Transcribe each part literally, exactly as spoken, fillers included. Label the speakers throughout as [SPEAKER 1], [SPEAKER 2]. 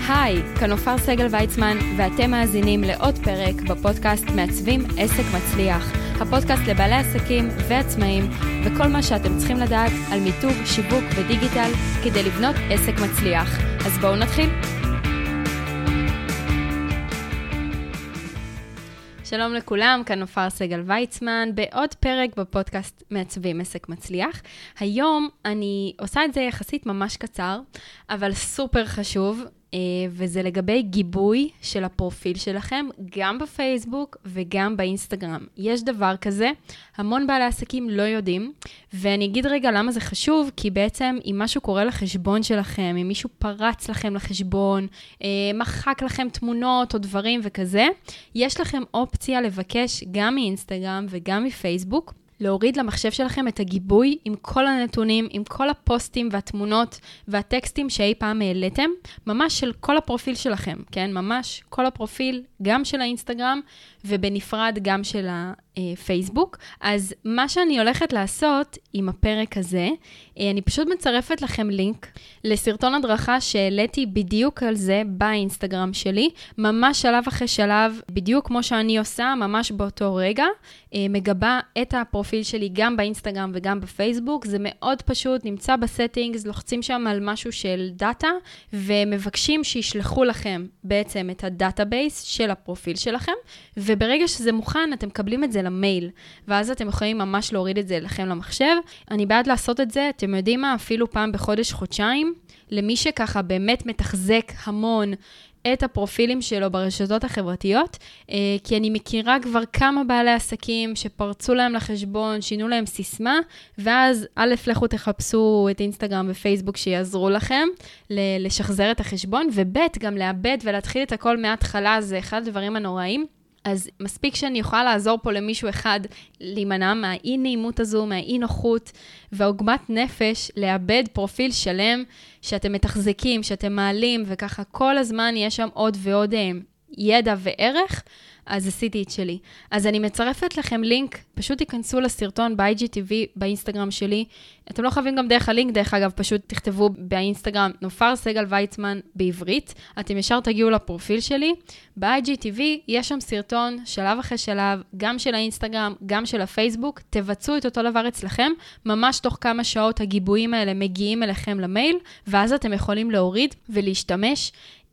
[SPEAKER 1] היי, כאן נופר סגל ויצמן, ואתם מאזינים לעוד פרק בפודקאסט מעצבים עסק מצליח. הפודקאסט לבעלי עסקים ועצמאים, וכל מה שאתם צריכים לדעת על מיתוג, שיווק ודיגיטל כדי לבנות עסק מצליח. אז בואו נתחיל. שלום לכולם, כאן נופר סגל ויצמן, בעוד פרק בפודקאסט מעצבים עסק מצליח. היום אני עושה את זה יחסית ממש קצר, אבל סופר חשוב, וזה לגבי גיבוי של הפרופיל שלכם, גם בפייסבוק וגם באינסטגרם. יש דבר כזה, המון בעלי עסקים לא יודעים, ואני אגיד רגע למה זה חשוב, כי בעצם אם משהו קורה לחשבון שלכם, אם מישהו פרץ לכם לחשבון, מחק לכם תמונות או דברים וכזה, יש לכם אופציה לבקש גם מאינסטגרם וגם מפייסבוק, להוריד למחשב שלכם את הגיבוי עם כל הנתונים, עם כל הפוסטים והתמונות והטקסטים שאי פעם העליתם, ממש של כל הפרופיל שלכם, כן? ממש כל הפרופיל, גם של האינסטגרם ובנפרד גם של הפייסבוק. אז מה שאני הולכת לעשות עם הפרק הזה, אני פשוט מצרפת לכם לינק לסרטון הדרכה שהעליתי בדיוק על זה באינסטגרם שלי, ממש שלב אחרי שלב, בדיוק כמו שאני עושה, ממש באותו רגע, מגבה את הפרופיל שלי גם באינסטגרם וגם בפייסבוק. זה מאוד פשוט, נמצא בסטינגס, לוחצים שם על משהו של דאטה, ומבקשים שישלחו לכם בעצם את הדאטאבייס של הפרופיל שלכם, וברגע שזה מוכן, אתם מקבלים את זה למייל, ואז אתם יכולים ממש להוריד את זה לכם למחשב. אני בעד לעשות את זה, אתם יודעים מה, אפילו פעם בחודש, חודשיים, למי שככה באמת מתחזק המון את הפרופילים שלו ברשתות החברתיות, כי אני מכירה כבר כמה בעלי עסקים שפרצו להם לחשבון, שינו להם סיסמה, ואז א' לכו תחפשו את אינסטגרם ופייסבוק שיעזרו לכם לשחזר את החשבון, וב' גם לאבד ולהתחיל את הכל מההתחלה, זה אחד הדברים הנוראים. אז מספיק שאני יכולה לעזור פה למישהו אחד להימנע מהאי נעימות הזו, מהאי נוחות והעוגמת נפש, לאבד פרופיל שלם שאתם מתחזקים, שאתם מעלים, וככה כל הזמן יש שם עוד ועוד ידע וערך, אז עשיתי את שלי. אז אני מצרפת לכם לינק, פשוט תיכנסו לסרטון ב-איי ג'י טי וי באינסטגרם שלי. אתם לא חייבים גם דרך הלינק, דרך אגב, פשוט תכתבו באינסטגרם נופר סגל ויצמן בעברית. אתם ישר תגיעו לפרופיל שלי. ב-איי ג'י טי וי יש שם סרטון, שלב אחרי שלב, גם של האינסטגרם, גם של הפייסבוק. תבצעו את אותו דבר אצלכם. ממש תוך כמה שעות הגיבויים האלה מגיעים אליכם למייל, ואז אתם יכולים להוריד ולהשתמש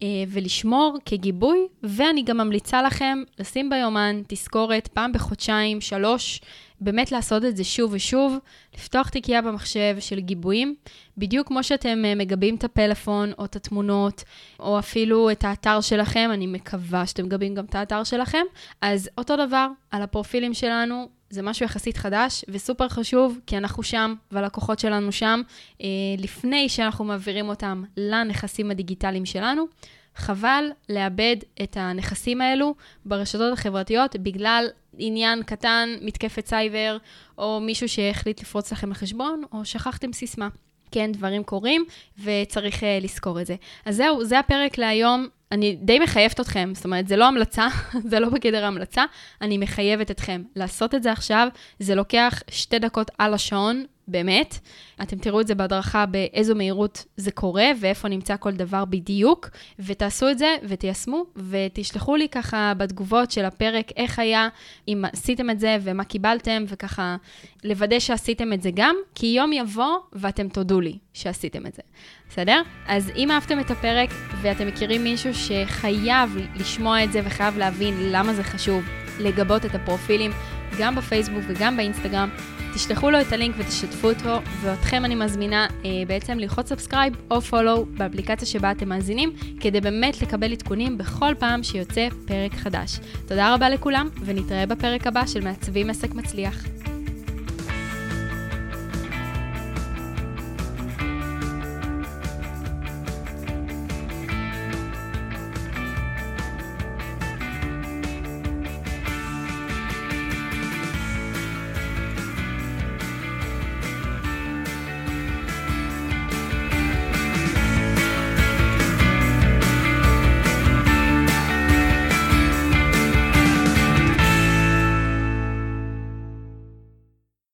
[SPEAKER 1] ולשמור כגיבוי, ואני גם ממליצה לכם לשים ביומן תזכורת פעם בחודשיים, שלוש, באמת לעשות את זה שוב ושוב, לפתוח תיקייה במחשב של גיבויים, בדיוק כמו שאתם מגבים את הפלאפון או את התמונות, או אפילו את האתר שלכם, אני מקווה שאתם מגבים גם את האתר שלכם, אז אותו דבר על הפרופילים שלנו, זה משהו יחסית חדש וסופר חשוב, כי אנחנו שם והלקוחות שלנו שם, אה, לפני שאנחנו מעבירים אותם לנכסים הדיגיטליים שלנו. חבל לאבד את הנכסים האלו ברשתות החברתיות, בגלל עניין קטן, מתקפת סייבר, או מישהו שהחליט לפרוץ לכם לחשבון, או שכחתם סיסמה. כן, דברים קורים, וצריך uh, לזכור את זה. אז זהו, זה הפרק להיום. אני די מחייבת אתכם, זאת אומרת, זה לא המלצה, זה לא בגדר המלצה, אני מחייבת אתכם לעשות את זה עכשיו, זה לוקח שתי דקות על השעון, באמת. אתם תראו את זה בהדרכה באיזו מהירות זה קורה, ואיפה נמצא כל דבר בדיוק, ותעשו את זה ותיישמו, ותשלחו לי ככה בתגובות של הפרק, איך היה, אם עשיתם את זה ומה קיבלתם, וככה לוודא שעשיתם את זה גם, כי יום יבוא ואתם תודו לי שעשיתם את זה. בסדר? אז אם אהבתם את הפרק ואתם מכירים מישהו שחייב לשמוע את זה וחייב להבין למה זה חשוב לגבות את הפרופילים גם בפייסבוק וגם באינסטגרם, תשלחו לו את הלינק ותשתפו אותו, ואתכם אני מזמינה אה, בעצם ללחוץ סאבסקרייב או פולו באפליקציה שבה אתם מאזינים, כדי באמת לקבל עדכונים בכל פעם שיוצא פרק חדש. תודה רבה לכולם, ונתראה בפרק הבא של מעצבים עסק מצליח.